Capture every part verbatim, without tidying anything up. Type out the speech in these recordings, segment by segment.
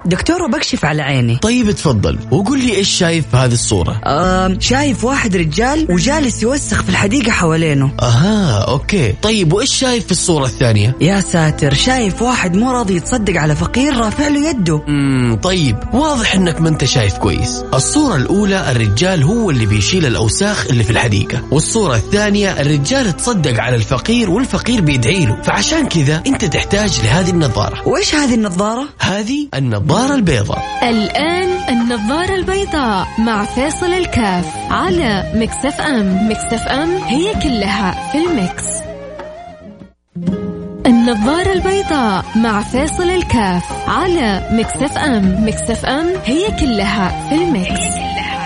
دكتور بكشف على عيني. طيب تفضل وقول لي إيش شايف في هذه الصورة؟ آه شايف واحد رجال وجالس يوسخ في الحديقة حوالينه. أها أوكي. طيب وإيش شايف في الصورة الثانية؟ يا ساتر، شايف واحد مو راضي يتصدق على فقير رافع له يده. امم طيب واضح إنك ما أنت شايف كويس. الصورة الأولى الرجال هو اللي بيشيل الأوساخ اللي في الحديقة، والصورة الثانية الرجال تصدق على الفقير والفقير بيدعي له، فعشان كذا أنت تحتاج لهذه النظارة. وإيش هذه النظارة؟ هذه النظارة البيضاء. الآن النظارة البيضاء مع فيصل الكاف على ميكس اف ام. ميكس اف ام هي كلها في الميكس. النظارة البيضاء مع فيصل الكاف على ميكس اف ام. ميكس اف ام هي كلها في الميكس.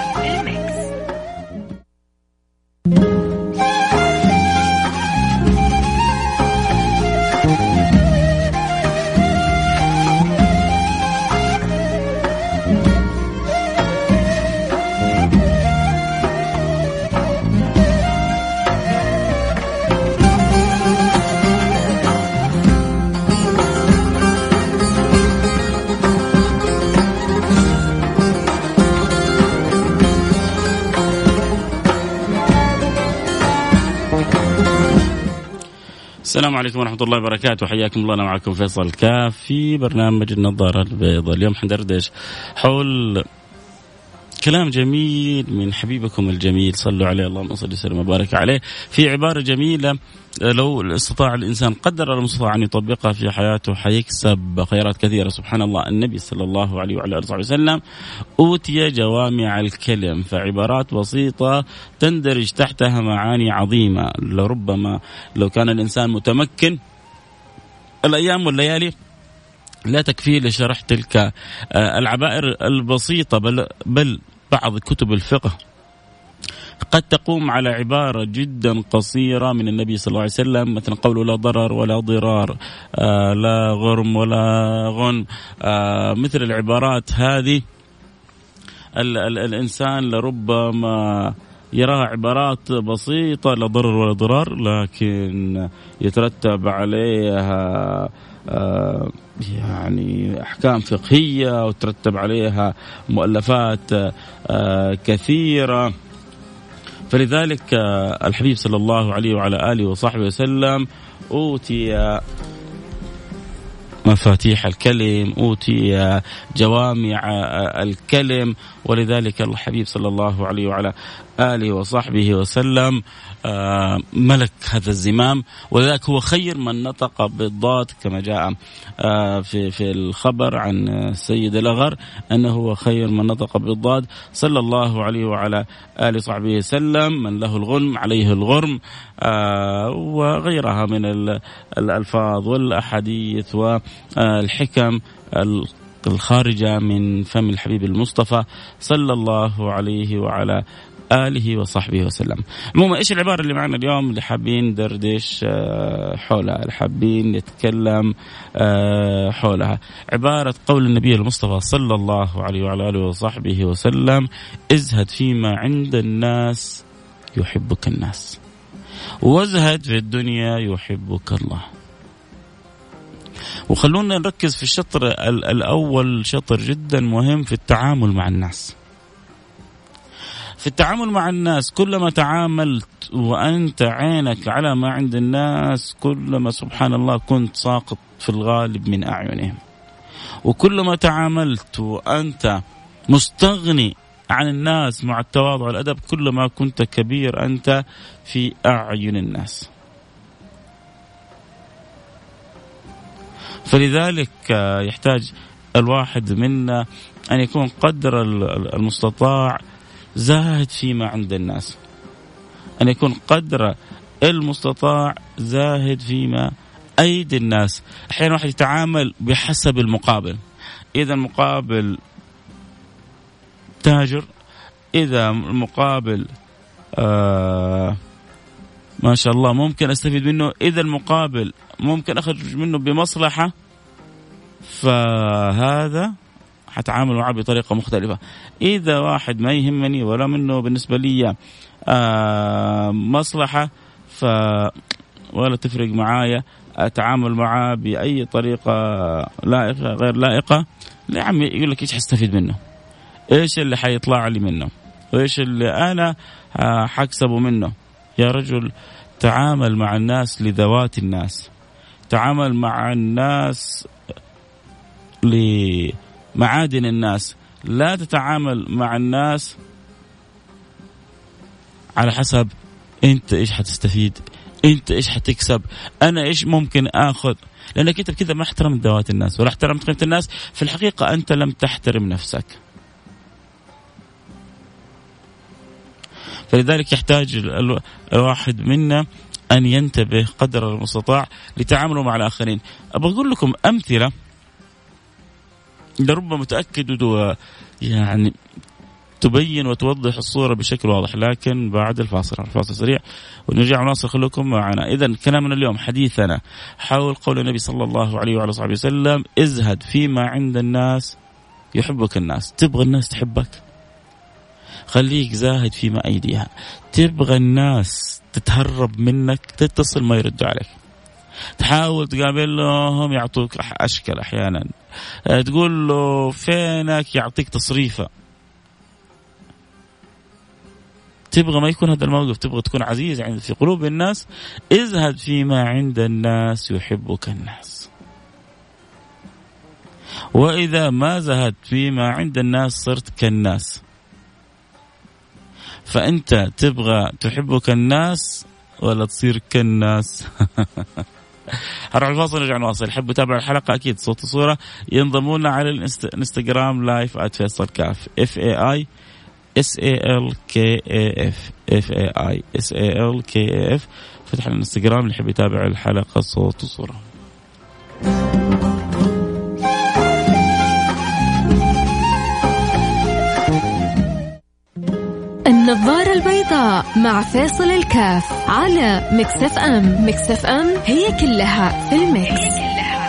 السلام عليكم ورحمة الله وبركاته، حياكم الله. أنا معكم فيصل كاف في برنامج النظارة البيضاء. اليوم حندردش حول كلام جميل من حبيبكم الجميل، صلوا عليه اللهم صل وسلم وبارك عليه، في عبارة جميلة لو استطاع الإنسان قدر المستطاع أن يطبقها في حياته حيكسب خيرات كثيرة. سبحان الله، النبي صلى الله عليه وعلى آله وسلم أوتي جوامع الكلم، فعبارات بسيطة تندرج تحتها معاني عظيمة. لربما لو كان الإنسان متمكن الأيام والليالي لا تكفي لشرح تلك العبائر البسيطة، بل, بل بعض كتب الفقه قد تقوم على عبارة جدا قصيرة من النبي صلى الله عليه وسلم، مثلا قوله لا ضرر ولا ضرار، آه لا غرم ولا غن، آه مثل العبارات هذه ال ال الإنسان لربما يراها عبارات بسيطة لا ضرر ولا ضرار، لكن يترتب عليها آه يعني أحكام فقهية وترتب عليها مؤلفات آه كثيرة. فلذلك الحبيب صلى الله عليه وعلى آله وصحبه وسلم أوتي مفاتيح الكلم، أوتي جوامع الكلم، ولذلك الحبيب صلى الله عليه وعلى آله وصحبه وسلم ملك هذا الزمام، ولذلك هو خير من نطق بالضاد كما جاء في في الخبر عن سيد الأغر أنه هو خير من نطق بالضاد صلى الله عليه وعلى آله وصحبه وسلم. من له الغنم عليه الغرم، وغيرها من الألفاظ والأحاديث والحكم الخارجة من فم الحبيب المصطفى صلى الله عليه وعلى آله وصحبه وسلم. عموما إيش العبارة اللي معنا اليوم اللي حابين دردش حولها، اللي حابين نتكلم حولها؟ عبارة قول النبي المصطفى صلى الله عليه وعلى آله وصحبه وسلم: ازهد فيما عند الناس يحبك الناس، وازهد في الدنيا يحبك الله. وخلونا نركز في الشطر الأول، شطر جدا مهم في التعامل مع الناس. في التعامل مع الناس كلما تعاملت وأنت عينك على ما عند الناس كلما سبحان الله كنت ساقط في الغالب من أعينهم، وكلما تعاملت وأنت مستغني عن الناس مع التواضع والأدب كلما كنت كبير أنت في أعين الناس. فلذلك يحتاج الواحد منا أن يكون قدر المستطاع زاهد فيما عند الناس، أن يكون قدر المستطاع زاهد فيما أيدي الناس. أحيانا واحد يتعامل بحسب المقابل، إذا المقابل تاجر، إذا المقابل آه ما شاء الله ممكن أستفيد منه، إذا المقابل ممكن أخرج منه بمصلحة، فهذا حتعامل معه بطريقة مختلفة. إذا واحد ما يهمني ولا منه بالنسبة لي آه مصلحة ف ولا تفرق معايا، أتعامل معه بأي طريقة لائقة غير لائقة، لا عم يقول لك إيش حستفيد منه، إيش اللي حيطلع لي منه، وإيش اللي أنا حكسبه منه. يا رجل تعامل مع الناس لذوات الناس، تعامل مع الناس لمعادن الناس، لا تتعامل مع الناس على حسب أنت إيش حتستفيد، أنت إيش حتكسب، أنا إيش ممكن أخذ. لأنك أنت بكذا ما احترمت ذوات الناس ولا احترمت قيمة الناس، في الحقيقة أنت لم تحترم نفسك. فلذلك يحتاج الواحد منا أن ينتبه قدر المستطاع لتعامله مع الآخرين. أبغى أقول لكم أمثلة لربما متأكد يعني تبين وتوضح الصورة بشكل واضح، لكن بعد الفاصل. الفاصل سريع ونرجع ونواصل، خلوكم معنا. إذن كلامنا اليوم حديثنا حول قول النبي صلى الله عليه وعلى صحبه وسلم: ازهد فيما عند الناس يحبك الناس. تبغى الناس تحبك، خليك زاهد فيما أيديها. تبغى الناس تتهرب منك، تتصل ما يردوا عليك، تحاول تقابل لهم يعطوك أشكال، أحيانا تقول له فينك يعطيك تصريفة. تبغى ما يكون هذا الموقف، تبغى تكون عزيز عند في قلوب الناس. ازهد فيما عند الناس يحبك الناس. وإذا ما زهدت فيما عند الناس صرت كالناس. فأنت تبغى تحبك الناس ولا تصير كالناس؟ هروح الفاصل نرجع نواصل. حبوا تابعوا الحلقة أكيد صوت وصورة، ينضمونا على الانستغرام لايف ات فيصل كاف اف اي اي اس اي ال كي اي اف اف اي اي اس اي ال كي اي اف. فتح الانستغرام اللي يحب يتابع الحلقة صوت وصورة. النظارة البيضاء مع فيصل الكاف على ميكس اف ام. ميكس اف ام هي كلها في الميكس.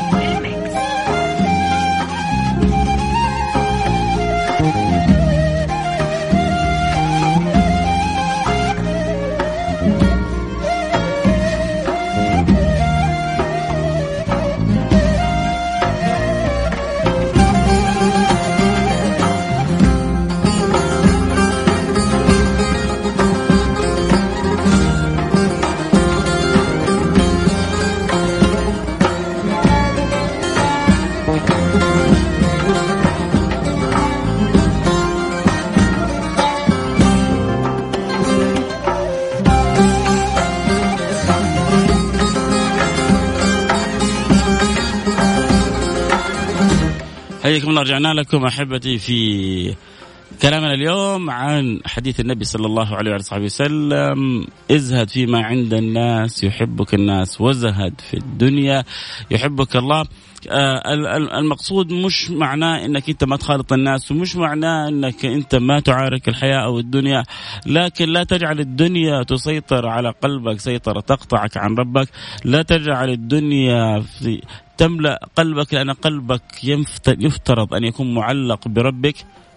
حياكم الله. رجعنا لكم أحبتي في كلامنا اليوم عن حديث النبي صلى الله عليه وصحبه وسلم: ازهد فيما عند الناس يحبك الناس، وزهد في الدنيا يحبك الله. المقصود مش معناه انك انت ما تخالط الناس، ومش معناه انك انت ما تعارك الحياة او الدنيا، لكن لا تجعل الدنيا تسيطر على قلبك سيطرة تقطعك عن ربك. لا تجعل الدنيا في تملأ قلبك، لأن قلبك يفترض أن يكون معلق بربك.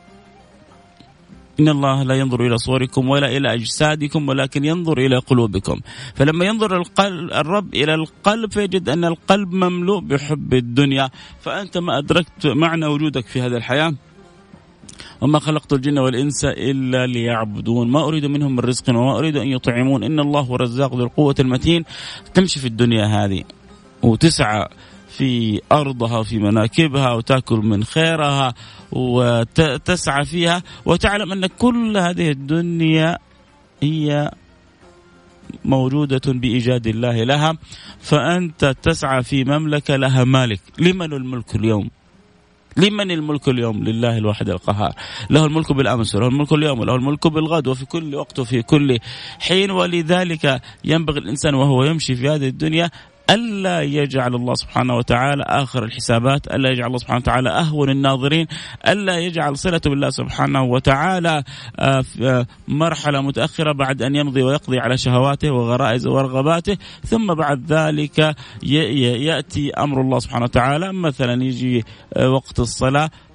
إن الله لا ينظر إلى صوركم ولا إلى أجسادكم ولكن ينظر إلى قلوبكم. فلما ينظر القلب الرب إلى القلب فيجد أن القلب مملوء بحب الدنيا. فأنت ما أدركت معنى وجودك في هذه الحياة. وما خلقت الجن والإنس إلا ليعبدون ما أريد منهم من رزق وما أريد أن يطعمون إن الله هو الرزاق ذو القوة المتين. تمشي في الدنيا هذه وتسعى في أرضها وفي مناكبها وتأكل من خيرها وتسعى فيها، وتعلم أن كل هذه الدنيا هي موجودة بإيجاد الله لها. فأنت تسعى في مملكة لها مالك. لمن الملك اليوم؟ لمن الملك اليوم؟ لله الواحد القهار. له الملك بالأمس وله الملك اليوم وله الملك بالغد وفي كل وقت وفي كل حين. ولذلك ينبغي الإنسان وهو يمشي في هذه الدنيا ألا يجعل الله سبحانه وتعالى آخر الحسابات، ألا يجعل الله سبحانه وتعالى أهون الناظرين، ألا يجعل صلته بالله سبحانه وتعالى مرحلة متأخرة بعد أن يمضي ويقضي على شهواته وغرائزه ورغباته، ثم بعد ذلك يأتي أمر الله سبحانه وتعالى. مثلا يجي وقت الصلاة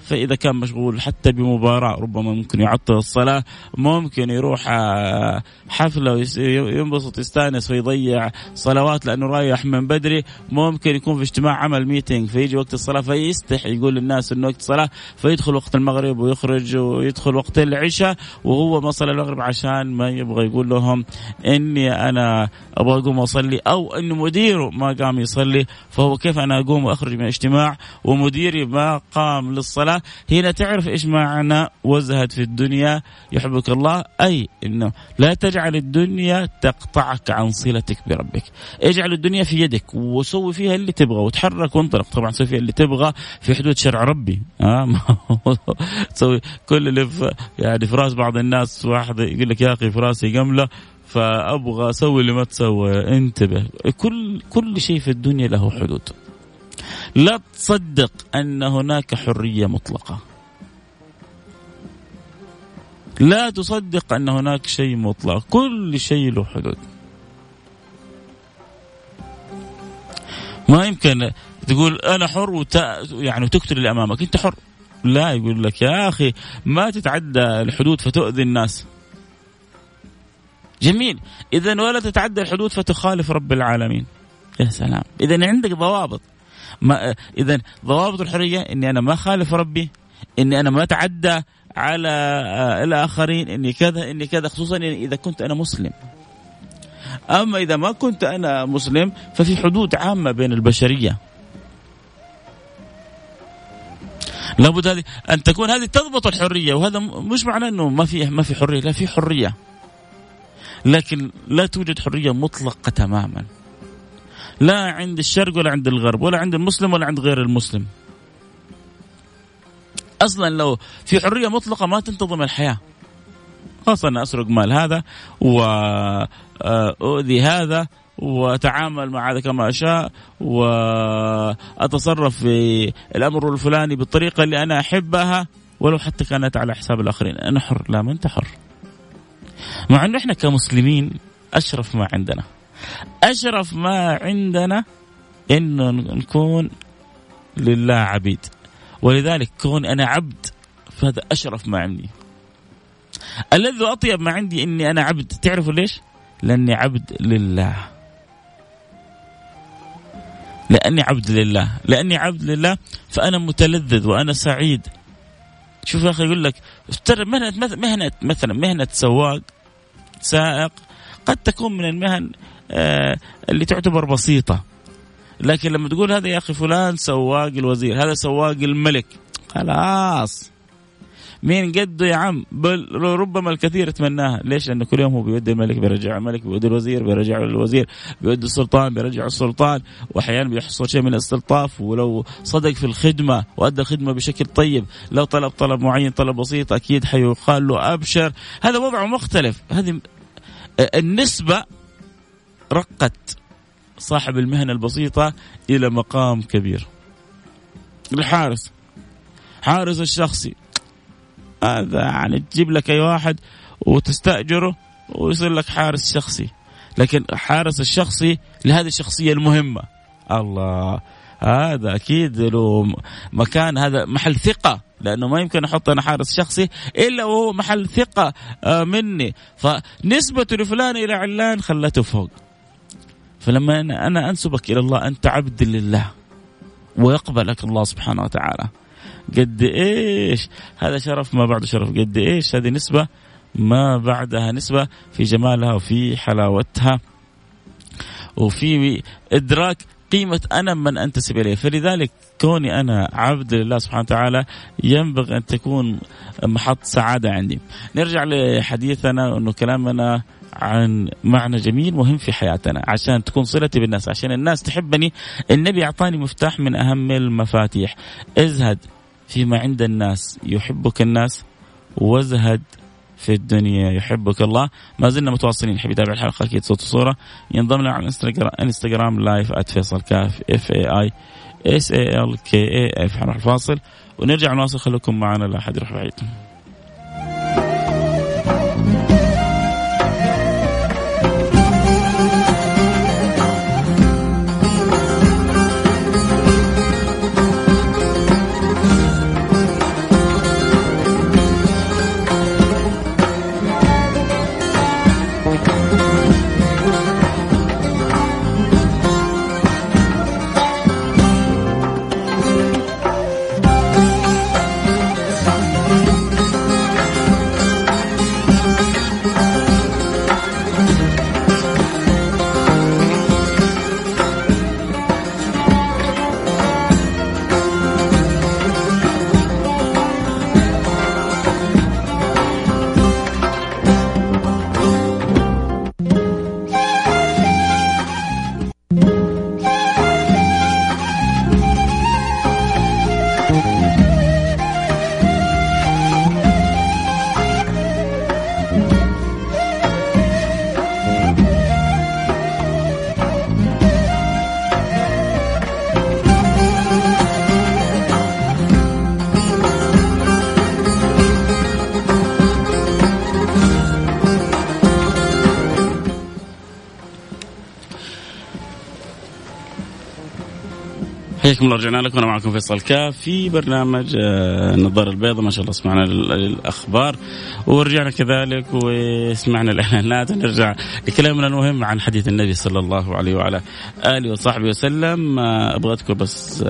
فإذا كان مشغول حتى بمباراة ربما ممكن يعطل الصلاة، ممكن يروح حفلة وينبسط يستانس ويضيع صلوات لأنه رايح من بدري، ممكن يكون في اجتماع عمل ميتينج فيجي وقت الصلاة فيستحي يقول للناس إنه وقت الصلاة، فيدخل وقت المغرب ويخرج ويدخل وقت العشاء وهو ما صلى المغرب عشان ما يبغى يقول لهم إني أنا أبغى أقوم أصلي، أو إن مديره ما قام يصلي، فهو كيف أنا أقوم وأخرج من اجتماع ومديري ما قام للصلاة. هنا تعرف إيش معنى وزهد في الدنيا يحبك الله، أي إنه لا تجعل الدنيا تقطعك عن صلتك بربك، اجعل الدنيا في يدك وسوي فيها اللي تبغى وتحرك وانطلق. طبعا سوي فيها اللي تبغى في حدود شرع ربي، ها تسوي كل اللي في يعني في راس بعض الناس. واحد يقول لك يا أخي في راسي قملة فأبغى أسوي اللي ما تسوي. انتبه، كل كل شيء في الدنيا له حدود. لا تصدق أن هناك حرية مطلقة، لا تصدق أن هناك شيء مطلق، كل شيء له حدود. ما يمكن تقول أنا حر وت... يعني تقتل اللي أمامك، أنت حر. لا، يقول لك يا أخي ما تتعدى الحدود فتؤذي الناس. جميل، إذن ولا تتعدى الحدود فتخالف رب العالمين. يا سلام، إذن عندك ضوابط. ما إذن ضوابط الحرية إني أنا ما خالف ربي، إني أنا ما أتعدى على الآخرين، إني كذا إني كذا، خصوصا إذا كنت أنا مسلم. أما إذا ما كنت أنا مسلم ففي حدود عامة بين البشرية، لابد هذه أن تكون هذه تضبط الحرية. وهذا مش معناه إنه ما في ما في حرية، لا في حرية، لكن لا توجد حرية مطلقة تماما، لا عند الشرق ولا عند الغرب ولا عند المسلم ولا عند غير المسلم. أصلا لو في حرية مطلقة ما تنتظم الحياة. خاصة أنا أسرق مال هذا وأؤذي هذا وأتعامل مع هذا كما أشاء وأتصرف في الأمر الفلاني بالطريقة اللي أنا أحبها ولو حتى كانت على حساب الآخرين. أنا حر. لا، ما أنت حر. مع أنه إحنا كمسلمين أشرف ما عندنا، أشرف ما عندنا إنه نكون لله عبيد، ولذلك كون أنا عبد فهذا أشرف ما عندي. الذي أطيب ما عندي إني أنا عبد. تعرفوا ليش؟ لأني عبد لله، لأني عبد لله لأني عبد لله فأنا متلذذ وأنا سعيد. شوف يا أخي، يقول لك مهنة مهنة مثلا مهنة سواق سائق قد تكون من المهن آه اللي تعتبر بسيطة، لكن لما تقول هذا يا أخي فلان سواق الوزير، هذا سواق الملك، خلاص مين قده يا عم؟ بل ربما الكثير يتمناها. ليش؟ لأنه كل يوم هو بيودي الملك بيرجع الملك، بيودي الوزير بيرجع الوزير، بيودي السلطان بيرجع السلطان، وأحيانا بيحصل شيء من الاستلطاف. ولو صدق في الخدمة وأدى الخدمة بشكل طيب، لو طلب طلب معين طلب بسيط أكيد حيقال له أبشر. هذا وضعه مختلف. هذه النسبة رقت صاحب المهنة البسيطة إلى مقام كبير. الحارس، حارس الشخصي، هذا يعني تجيب لك أي واحد وتستأجره ويصير لك حارس شخصي، لكن حارس الشخصي لهذه الشخصية المهمة، الله، هذا أكيد له مكان، هذا محل ثقة، لأنه ما يمكن أحط أنا حارس شخصي إلا وهو محل ثقة مني. فنسبة لفلان إلى علان خلته فوق. فلما أنا أنسبك إلى الله أنت عبد لله ويقبلك الله سبحانه وتعالى. قد إيش هذا شرف ما بعد شرف، قد إيش هذه نسبة ما بعدها نسبة في جمالها وفي حلاوتها وفي إدراك قيمة أنا من أنتسب إليه. فلذلك كوني أنا عبد لله سبحانه وتعالى ينبغي أن تكون محط سعادة عندي. نرجع لحديثنا أنه كلامنا عن معنى جميل مهم في حياتنا عشان تكون صلتي بالناس، عشان الناس تحبني. النبي أعطاني مفتاح من أهم المفاتيح: ازهد فيما عند الناس يحبك الناس، وازهد في الدنيا يحبك الله. ما زلنا متواصلين. حبي يتابع الحلقة أكيد صوت وصورة، ينضم لنا على الانستغرام انستغرام لايف @فيصل كاف اف اي اي اس اي ال كي اي اف. حنروح الفاصل ونرجع نواصل. خليكم معنا لا أحد يروح بعيد. حياكم الله، رجعنا لكم. أنا معكم فيصل كاف في برنامج النظارة البيضاء. ما شاء الله سمعنا الأخبار ورجعنا كذلك وسمعنا الإعلانات، ونرجع لكلامنا المهم عن حديث النبي صلى الله عليه وعلى آله وصحبه وسلم. أبغى أذكر بس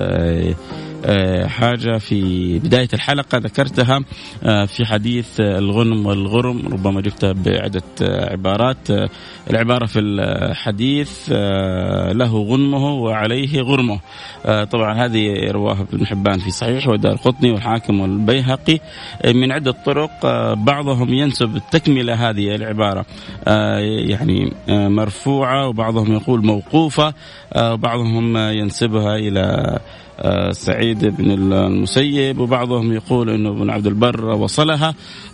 حاجة في بداية الحلقة ذكرتها في حديث الغنم والغرم، ربما جبتها بعدة عبارات. العبارة في الحديث له غنمه وعليه غرمه، طبعا هذه رواه ابن حبان في صحيح والدارقطني والحاكم والبيهقي من عدة طرق. بعضهم ينسب التكملة هذه العبارة يعني مرفوعة، وبعضهم يقول موقوفة، وبعضهم ينسبها إلى سعيد بن المسيب، وبعضهم يقول انه ابن عبد البر وصلها.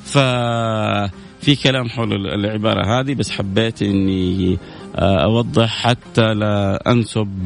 ففي كلام حول العبارة هذه، بس حبيت اني اوضح حتى لا انسب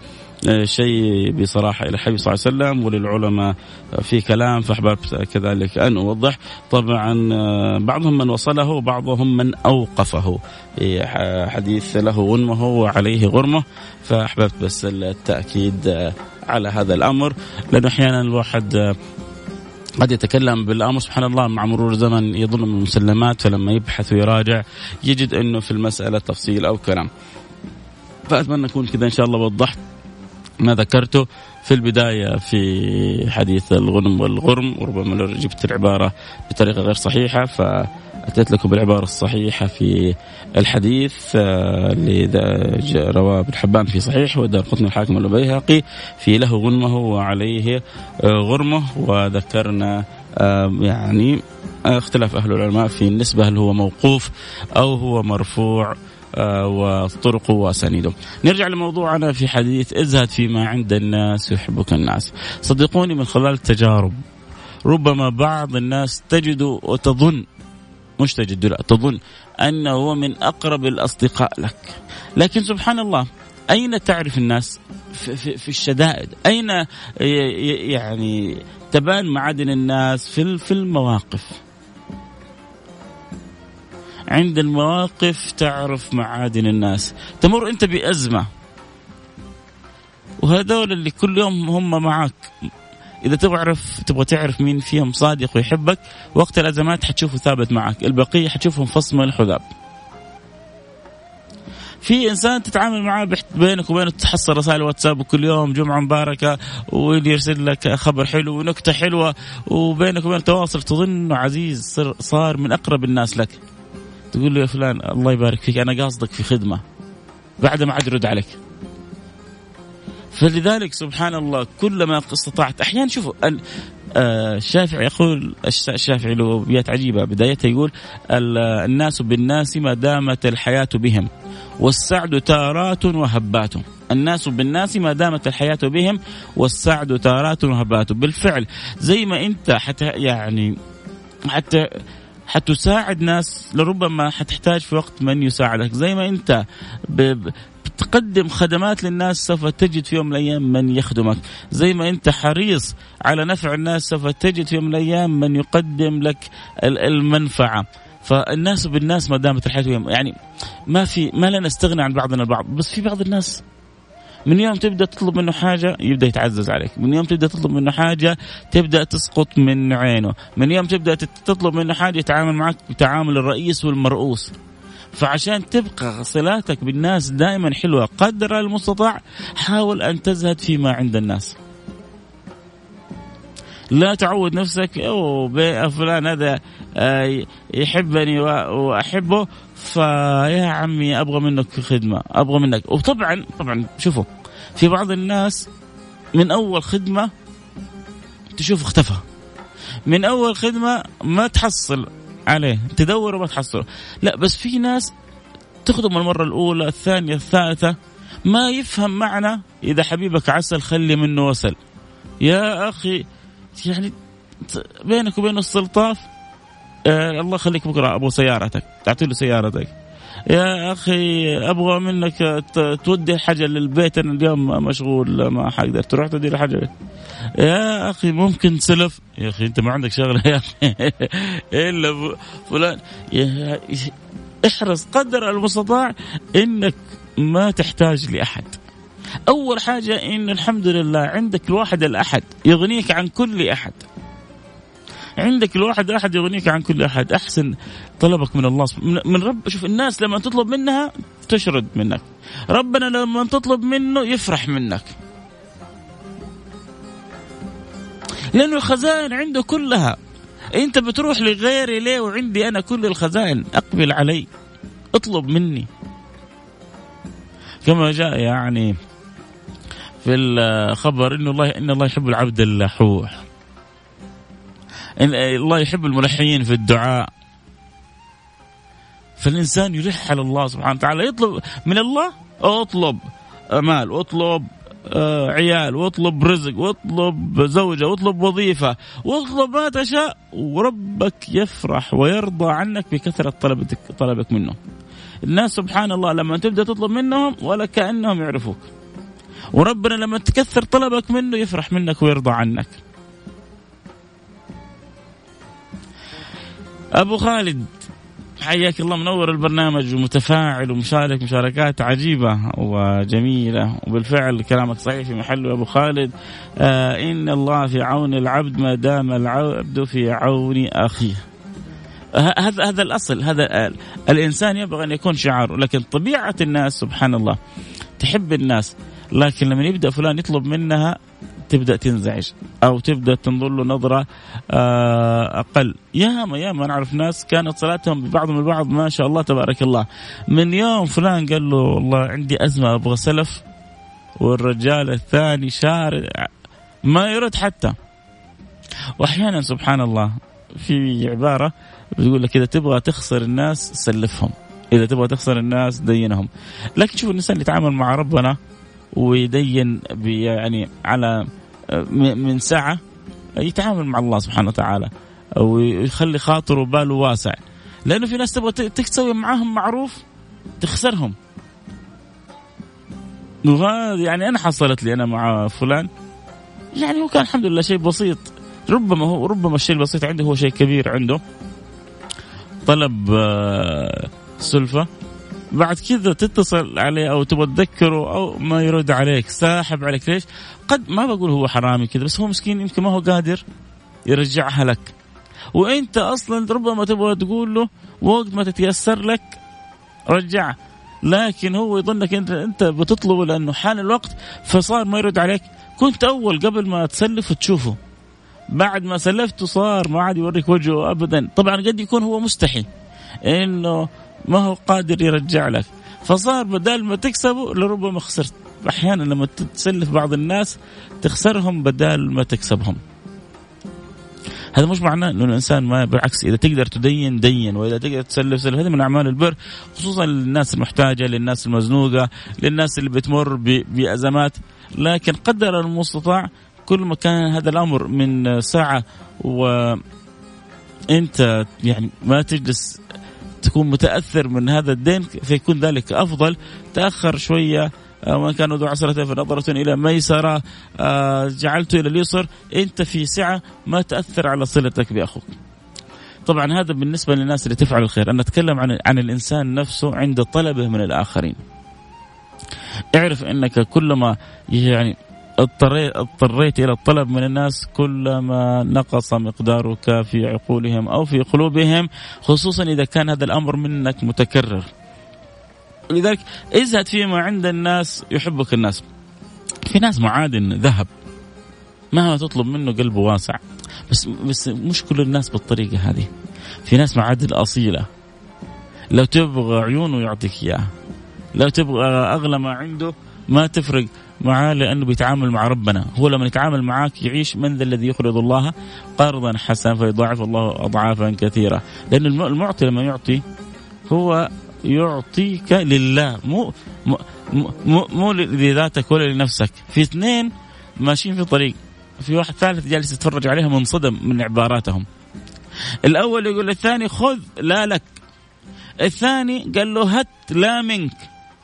شيء بصراحة إلى الحبيب صلى الله عليه وسلم وللعلماء في كلام، فأحببت كذلك أن أوضح. طبعا بعضهم من وصله وبعضهم من أوقفه، حديث له غنمه وعليه غرمه، فأحببت بس التأكيد على هذا الأمر، لأنه أحيانا الواحد قد يتكلم بالأمر سبحان الله مع مرور الزمن يظن من المسلمات، فلما يبحث ويراجع يجد أنه في المسألة تفصيل أو كلام. فأتمنى أكون كذا إن شاء الله وضحت ما ذكرته في البداية في حديث الغنم والغرم، وربما لو جبت العبارة بطريقة غير صحيحة فأتيت لكم بالعبارة الصحيحة في الحديث اللي رواه ابن حبان في صحيح والدارقطني والحاكم والبيهقي في له غنمه وعليه غرمه. وذكرنا يعني اختلاف أهل العلماء في النسبة، هل هو موقوف أو هو مرفوع وطرقه وأسانيده. نرجع لموضوعنا في حديث ازهد فيما عند الناس يحبك الناس. صدقوني من خلال التجارب ربما بعض الناس تجد وتظن، مش تجد لا تظن أنه هو من أقرب الأصدقاء لك، لكن سبحان الله أين تعرف الناس في, في, في الشدائد؟ أين يعني تبان معادن الناس في, في المواقف؟ عند المواقف تعرف معادن الناس. تمر أنت بأزمة وهذول اللي كل يوم هم معك، إذا تعرف تبغى تعرف مين فيهم صادق ويحبك وقت الأزمات حتشوفه ثابت معك، البقية حتشوفهم فصم الحذاب. في إنسان تتعامل معه بينك وبينه تحصل رسائل واتساب وكل يوم جمعة مباركة ويرسل لك خبر حلو ونكتة حلوة وبينك وبينه تواصل، تظنه عزيز صار من أقرب الناس لك، تقول له يا فلان الله يبارك فيك أنا قاصدك في خدمة، بعد ما عاد يرد عليك. فلذلك سبحان الله كلما استطعت. أحيانا شوفوا الشافعي يقول، الشافعي له أبيات عجيبة بدايته يقول الناس بالناس ما دامت الحياة بهم والسعد تارات وهبات. الناس بالناس ما دامت الحياة بهم والسعد تارات وهبات. بالفعل زي ما أنت حتى يعني حتى حتساعد ناس لربما حتحتاج في وقت من يساعدك، زي ما أنت بتقدم خدمات للناس سوف تجد في يوم من الأيام من يخدمك، زي ما أنت حريص على نفع الناس سوف تجد في يوم من الأيام من يقدم لك المنفعة. فالناس بالناس ما دامت الحياة بهم، يعني ما في ما لا نستغنى عن بعضنا البعض، بس في بعض الناس من يوم تبدأ تطلب منه حاجة يبدأ يتعزز عليك، من يوم تبدأ تطلب منه حاجة تبدأ تسقط من عينه، من يوم تبدأ تطلب منه حاجة يتعامل معك بتعامل الرئيس والمرؤوس. فعشان تبقى صلاتك بالناس دائما حلوة قدر المستطاع حاول أن تزهد فيما عند الناس. لا تعود نفسك أوه فلان هذا يحبني وأحبه فيا عمي أبغى منك خدمة أبغى منك. وطبعا طبعا شوفوا في بعض الناس من أول خدمة تشوف اختفى، من أول خدمة ما تحصل عليه تدور وما تحصل. لا بس في ناس تخدم المرة الأولى الثانية الثالثة ما يفهم معنى إذا حبيبك عسل خلي منه وسل. يا أخي يعني بينك وبين السلطاف آه الله يخليك بكرة أبو سيارتك، تعطي له سيارتك. يا أخي أبغى منك تودي حاجة للبيت، أنا اليوم مشغول ما حقدر، تروح تدير حاجة. يا أخي ممكن سلف، يا أخي أنت ما عندك شغلة يا أخي إلا فلان. احرص قدر المستطاع إنك ما تحتاج لأحد. أول حاجة إن الحمد لله عندك الواحد الأحد يغنيك عن كل أحد، عندك الواحد أحد يغنيك عن كل أحد. أحسن طلبك من الله من رب. شوف الناس لما تطلب منها تشرد منك، ربنا لما تطلب منه يفرح منك، لأنه الخزائن عنده كلها. أنت بتروح لغيري ليه وعندي أنا كل الخزائن؟ أقبل علي، اطلب مني. كما جاء يعني في الخبر إنه الله إن الله يحب العبد اللحوح، إن الله يحب الملحين في الدعاء. فالإنسان يلح على الله سبحانه وتعالى، يطلب من الله، اطلب مال، واطلب عيال، واطلب رزق، واطلب زوجة، واطلب وظيفة، واطلب ما تشاء، وربك يفرح ويرضى عنك بكثرة طلبك طلبك منه. الناس سبحان الله لما تبدأ تطلب منهم ولا كأنهم يعرفوك، وربنا لما تكثر طلبك منه يفرح منك ويرضى عنك. أبو خالد حياك الله، منور البرنامج ومتفاعل ومشارك مشاركات عجيبة وجميلة، وبالفعل كلامك صحيح في محله أبو خالد. آه إن الله في عون العبد ما دام العبد في عون أخيه. هذا هذا الأصل، هذا الإنسان يبغى أن يكون شعاره. لكن طبيعة الناس سبحان الله تحب الناس، لكن لما يبدأ فلان يطلب منها تبدأ تنزعج أو تبدأ تنظر له نظرة أقل. ياما ياما نعرف ناس كانت صلاتهم ببعضهم البعض ما شاء الله تبارك الله، من يوم فلان قال له والله عندي أزمة أبغى سلف، والرجال الثاني شارع ما يرد حتى. وأحيانا سبحان الله في عبارة بتقول لك إذا تبغى تخسر الناس سلفهم، إذا تبغى تخسر الناس دينهم. لكن شوف الإنسان يتعامل مع ربنا ويدين يعني على من ساعة يتعامل مع الله سبحانه وتعالى ويخلي خاطره باله واسع، لأنه في ناس تبغى تسوي معاهم معروف تخسرهم. وهذا يعني أنا حصلت لي أنا مع فلان، يعني هو كان الحمد لله شيء بسيط، ربما هو ربما الشيء البسيط عنده هو شيء كبير عنده. طلب سلفة، بعد كذا تتصل عليه أو تبغى تذكره أو ما يرد عليك، ساحب عليك. ليش؟ قد ما بقول هو حرامي كذا، بس هو مسكين يمكن ما هو قادر يرجعها لك، وإنت أصلا ربما تبغى تقول له وقت ما تتيسر لك رجعه، لكن هو يظنك أنت أنت بتطلبه لأنه حان الوقت فصار ما يرد عليك. كنت أول قبل ما تسلف وتشوفه، بعد ما سلفته صار ما عاد يوريك وجهه أبدا. طبعا قد يكون هو مستحي إنه ما هو قادر يرجع لك، فصار بدل ما تكسبه لربما خسرت. أحيانا لما تسلف بعض الناس تخسرهم بدل ما تكسبهم. هذا مش معناه إنه الإنسان ما، بالعكس إذا تقدر تدين دين، وإذا تقدر تسلف سلف. هذه من أعمال البر، خصوصا للناس المحتاجة، للناس المزنوقة، للناس اللي بتمر بأزمات. لكن قدر المستطاع كل ما كان هذا الأمر من ساعة وأنت يعني ما تجلس تكون متأثر من هذا الدين فيكون ذلك أفضل. تأخر شوية، وإن كان ذو عسرة فنظرة إلى ميسرة جعلته إلى اليسر، أنت في سعة ما تأثر على صلتك بأخوك. طبعا هذا بالنسبة للناس اللي تفعل الخير. أنا أتكلم عن عن الإنسان نفسه عند طلبه من الآخرين. اعرف أنك كلما يعني اضطريت, اضطريت إلى الطلب من الناس كلما نقص مقدارك في عقولهم أو في قلوبهم، خصوصا إذا كان هذا الأمر منك متكرر. لذلك ازهد فيما عند الناس يحبك الناس. في ناس معادن ذهب مهما تطلب منه قلبه واسع، بس بس مش كل الناس بالطريقة هذه. في ناس معادن أصيلة، لو تبغى عيونه يعطيك إياها، لو تبغى أغلى ما عنده ما تفرق معاه، لأنه بيتعامل مع ربنا. هو لما يتعامل معاك يعيش من ذا الذي يقرض الله قرضا حسنا فيضاعف الله أضعافا كثيرة. لأن المعطي لما يعطي هو يعطيك لله، مو مو مو, مو لذاتك ولا لنفسك. في اثنين ماشيين في طريق، في واحد ثالث جالس يتفرج عليها منصدم من عباراتهم. الأول يقول للثاني خذ لا لك، الثاني قال له هت لا منك،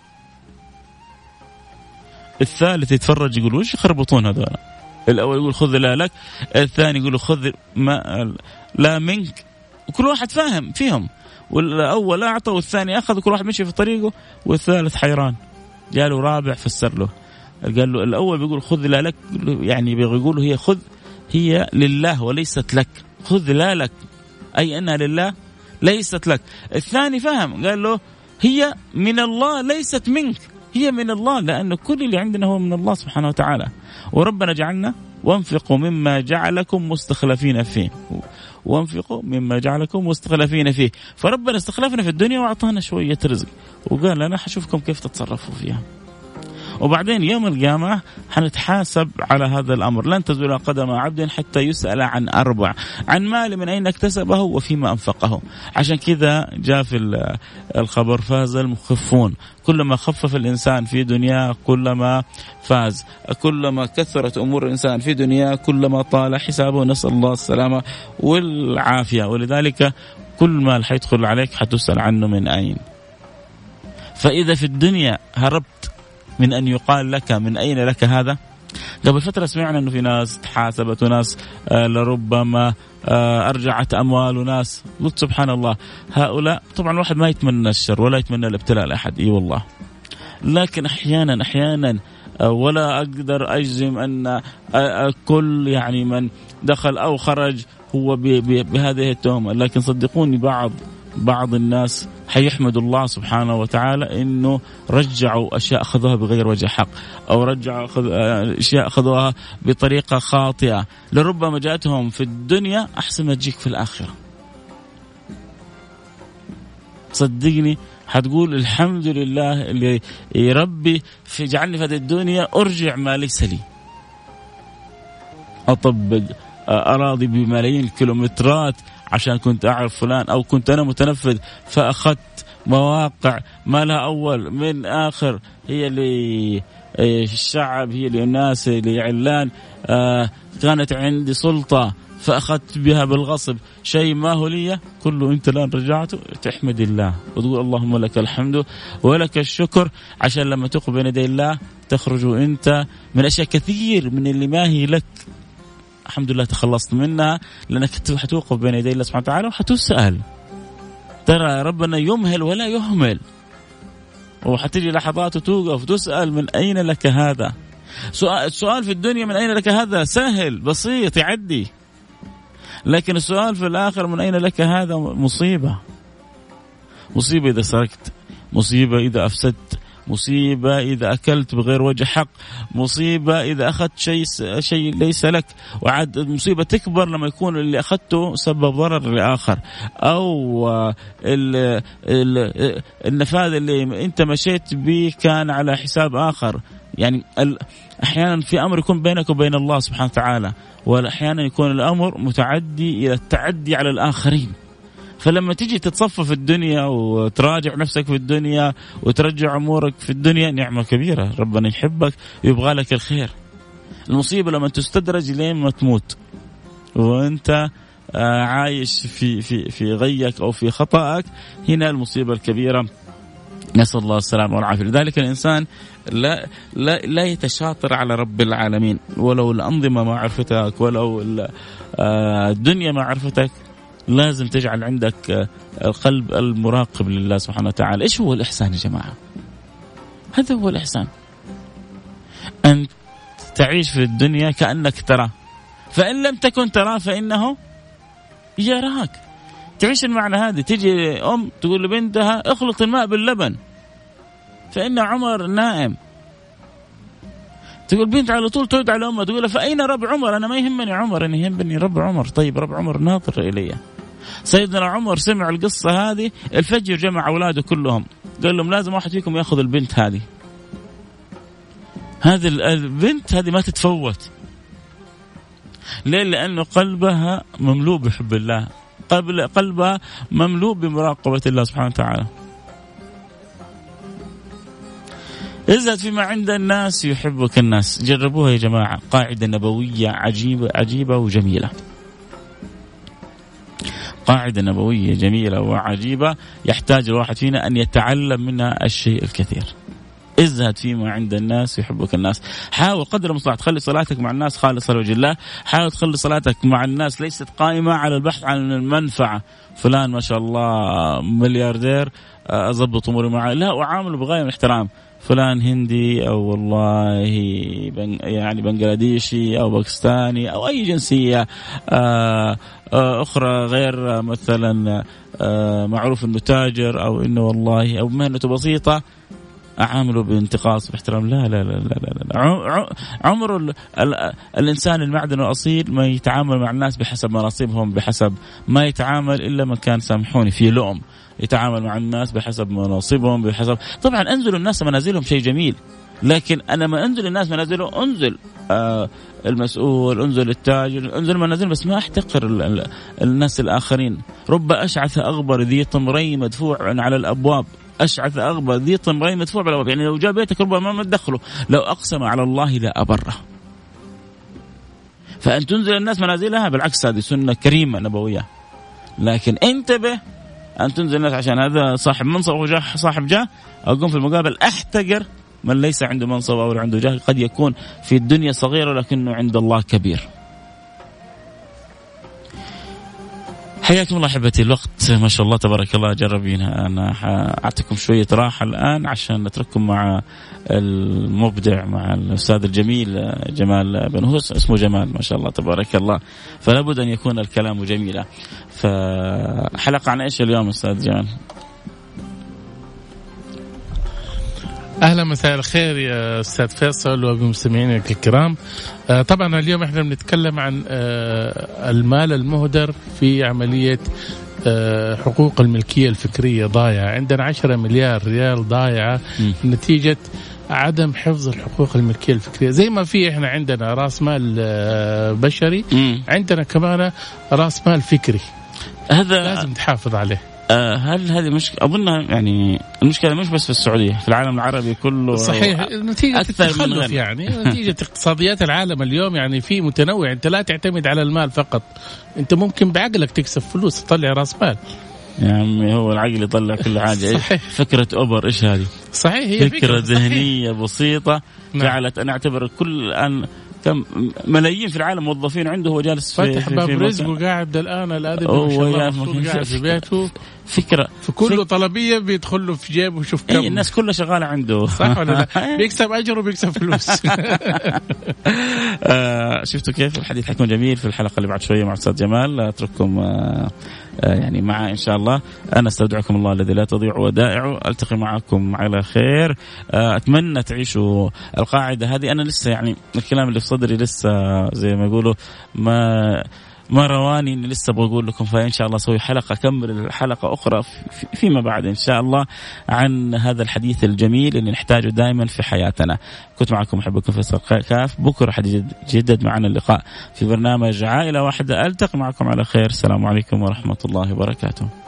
الثالث يتفرج يقول وش يخربطون هذول؟ الأول يقول خذ لا لك، الثاني يقول خذ ما لا منك، وكل واحد فاهم فيهم، والأول أعطى والثاني أخذ، وكل واحد مشي في طريقه، والثالث حيران. جاله رابع فسر له، قال له الأول بيقول خذ لا لك، يعني بيقول هي خذ هي لله وليست لك، خذ لا لك أي أنها لله ليست لك. الثاني فهم قال له هي من الله ليست منك، هي من الله، لأن كل اللي عندنا هو من الله سبحانه وتعالى، وربنا جعلنا وانفقوا مما جعلكم مستخلفين فيه، وانفقوا مما جعلكم مستخلفين فيه. فربنا استخلفنا في الدنيا وأعطانا شوية رزق وقال أنا حشوفكم كيف تتصرفوا فيها، وبعدين يوم القيامة حنتحاسب على هذا الأمر. لن تزول قدم عبد حتى يسأل عن أربع: عن مال من أين اكتسبه وفيما أنفقه. عشان كذا جاء في الخبر فاز المخفون، كلما خفف الإنسان في دنيا كلما فاز، كلما كثرت أمور الإنسان في دنيا كلما طال حسابه، نسأل الله السلامة والعافية. ولذلك كل مال حيدخل عليك حتسأل عنه من أين. فإذا في الدنيا هربت من أن يقال لك من أين لك هذا، قبل فترة سمعنا أنه في ناس تحاسبت وناس آه لربما آه أرجعت أموال وناس، قلت سبحان الله هؤلاء طبعا الواحد ما يتمنى الشر ولا يتمنى الابتلاء لأحد، إي والله، لكن أحيانا أحيانا آه ولا أقدر أجزم أن آه كل يعني من دخل أو خرج هو بهذه التهمة، لكن صدقوني بعض بعض الناس حيحمد الله سبحانه وتعالى إنه رجعوا أشياء أخذوها بغير وجه حق، أو رجعوا أشياء أخذوها بطريقة خاطئة، لربما جاءتهم في الدنيا أحسن ما تجيك في الآخرة. صدقني حتقول الحمد لله اللي ربي في جعلني في هذه الدنيا أرجع ما ليس لي، أطبق أراضي بملايين الكيلومترات عشان كنت أعرف فلان، أو كنت أنا متنفذ فأخذت مواقع ما لها أول من آخر، هي اللي الشعب، هي اللي الناس اللي علان، آه كانت عندي سلطة فأخذت بها بالغصب شيء ما هو لي، كله أنت الآن رجعته تحمد الله وتقول اللهم لك الحمد ولك الشكر، عشان لما تقف بين يدي الله تخرج أنت من أشياء كثير من اللي ما هي لك الحمد لله تخلصت منها، لأنك حتوقف بين يدي الله سبحانه وتعالى وحتسأل. ترى ربنا يمهل ولا يهمل، وحتجي لحظات توقف وتسأل من أين لك هذا. سؤال السؤال في الدنيا من أين لك هذا سهل بسيط يعدي، لكن السؤال في الآخر من أين لك هذا مصيبة. مصيبة إذا سرقت، مصيبة إذا أفسدت، مصيبة إذا أكلت بغير وجه حق، مصيبة إذا أخذت شيء شيء ليس لك، وعد مصيبة تكبر لما يكون اللي أخذته سبب ضرر لآخر، أو ال ال النفاذ اللي أنت مشيت به كان على حساب آخر. يعني أحيانا في أمر يكون بينك وبين الله سبحانه وتعالى، وأحيانا يكون الأمر متعدي إلى التعدي على الآخرين. فلما تيجي تتصفى في الدنيا وتراجع نفسك في الدنيا وترجع أمورك في الدنيا نعمة كبيرة، ربنا يحبك ويبغى لك الخير. المصيبة لما تستدرج لين ما تموت وأنت عايش في في في غيك أو في خطأك، هنا المصيبة الكبيرة، نسأل الله السلامة والعافية. لذلك الإنسان لا لا لا يتشاطر على رب العالمين، ولو الأنظمة ما عرفتك، ولو الدنيا ما عرفتك، لازم تجعل عندك القلب المراقب لله سبحانه وتعالى. إيش هو الإحسان يا جماعة؟ هذا هو الإحسان، أن تعيش في الدنيا كأنك تراه، فإن لم تكن تراه فإنه يراك. تعيش المعنى هذا. تيجي أم تقول لبنتها اخلط الماء باللبن فإن عمر نائم، تقول بنت على طول ترد على أمها تقول فأين رب عمر؟ أنا ما يهمني عمر، أنا يهمني رب عمر. طيب رب عمر ناظر إلي. سيدنا عمر سمع القصة هذه الفجر، جمع أولاده كلهم قال لهم لازم واحد فيكم يأخذ البنت هذه، هذه البنت هذه ما تتفوت. ليه؟ لأنه قلبها مملوء بحب الله، قلبها مملوء بمراقبة الله سبحانه وتعالى. ازهد فيما عند الناس يحبك الناس. جربوها يا جماعة، قاعدة نبوية عجيبة عجيبة وجميلة، قاعدة نبوية جميلة وعجيبة يحتاج الواحد فينا أن يتعلم منها الشيء الكثير. ازهد فيما عند الناس يحبك الناس. حاول قدر المستطاع تخلي صلاتك مع الناس خالصة لوجه الله. حاول تخلي صلاتك مع الناس ليست قائمة على البحث عن المنفعة. فلان ما شاء الله ملياردير أضبط أموري معه، لا، وعامله بغاية من الاحترام. فلان هندي أو والله بن يعني بنغلاديشي أو باكستاني أو أي جنسية أخرى غير مثلا معروف إنه تاجر أو إنه والله أو مهنته بسيطة، أعامله بانتقاص باحترام. لا لا لا لا لا, لا. عمر ال ال الإنسان المعدن الأصيل ما يتعامل مع الناس بحسب مناصبهم، بحسب ما يتعامل إلا من كان سامحوني في لؤم، يتعامل مع الناس بحسب مناصبهم، بحسب طبعا أنزل الناس منازلهم شيء جميل، لكن أنا ما أنزل الناس منازلهم، أنزل آه المسؤول، أنزل التاجر، أنزل منازل، بس ما أحتقر ال ال الناس الآخرين. رب أشعث أغبر ذي طمرين مدفوع على الأبواب. أشعث أغبر ذي طمرين مدفوع على الأبواب، يعني لو جاء بيتك ربما ما تدخله، لو أقسم على الله لا أبره. فأن تنزل الناس منازلها بالعكس هذه سنة كريمة نبوية، لكن انتبه أن تنزل الناس عشان هذا صاحب منصب أو جاه صاحب جاه، أقوم في المقابل أحتقر من ليس عنده منصب أو عنده جاه. قد يكون في الدنيا صغير لكنه عند الله كبير. حياكم الله أحبتي، الوقت ما شاء الله تبارك الله جربينها. أنا أعطيكم شوية راحة الآن عشان نترككم مع المبدع، مع الأستاذ الجميل جمال بن هوس. اسمه جمال ما شاء الله تبارك الله، فلا بد أن يكون الكلام جميلا. فحلقة عن إيش اليوم أستاذ جمال؟ أهلا مساء الخير يا أستاذ فيصل وبمستمعينك الكرام. آه طبعا اليوم احنا بنتكلم عن آه المال المهدر في عملية آه حقوق الملكية الفكرية ضايعة. عندنا عشرة مليار ريال ضايعة نتيجة عدم حفظ الحقوق الملكية الفكرية. زي ما في احنا عندنا راس مال آه بشري، عندنا كمان راس مال فكري، هذا لازم تحافظ عليه. هل هذه مشكلة؟ أظنها يعني المشكلة مش بس في السعودية، في العالم العربي كله. صحيح، نتيجة التخلف يعني نتيجة اقتصاديات العالم اليوم يعني في متنوع. أنت لا تعتمد على المال فقط، أنت ممكن بعقلك تكسب فلوس، تطلع راس مال. يعني هو العقل يطلع كل حاجة. صحيح. فكرة أوبر إيش هذه؟ صحيح، هي فكرة, فكرة ذهنية بسيطة جعلت أن أعتبر كل الآن كم ملايين في العالم موظفين عنده، هو جالس في فتح باب رزق وقاعد الآن الآدمي ما شاء الله قاعد في بيته. فكرة في كل طلبية بيدخل له في جيبه وشوف كم. الناس كلها شغالة عنده، صح ولا لا؟ بيكسب أجر وبيكسب فلوس. آه شفتوا كيف الحديث حيكون جميل في الحلقة اللي بعد شوية مع أستاذ جمال. أترككم آه يعني معه إن شاء الله. أنا استودعكم الله الذي لا تضيع ودائعه. ألتقي معكم على خير. آه أتمنى تعيشوا القاعدة هذه. أنا لسه يعني الكلام اللي في صدري لسه زي ما يقولوا ما ما رواني إني لسه بقول لكم، فإن شاء الله أسوي حلقة أكمل الحلقة أخرى فيما بعد إن شاء الله عن هذا الحديث الجميل اللي نحتاجه دائما في حياتنا. كنت معكم أحبكم فيصل كاف. بكرة حيجدد معنا اللقاء في برنامج عائلة واحدة. ألتقي معكم على خير. السلام عليكم ورحمة الله وبركاته.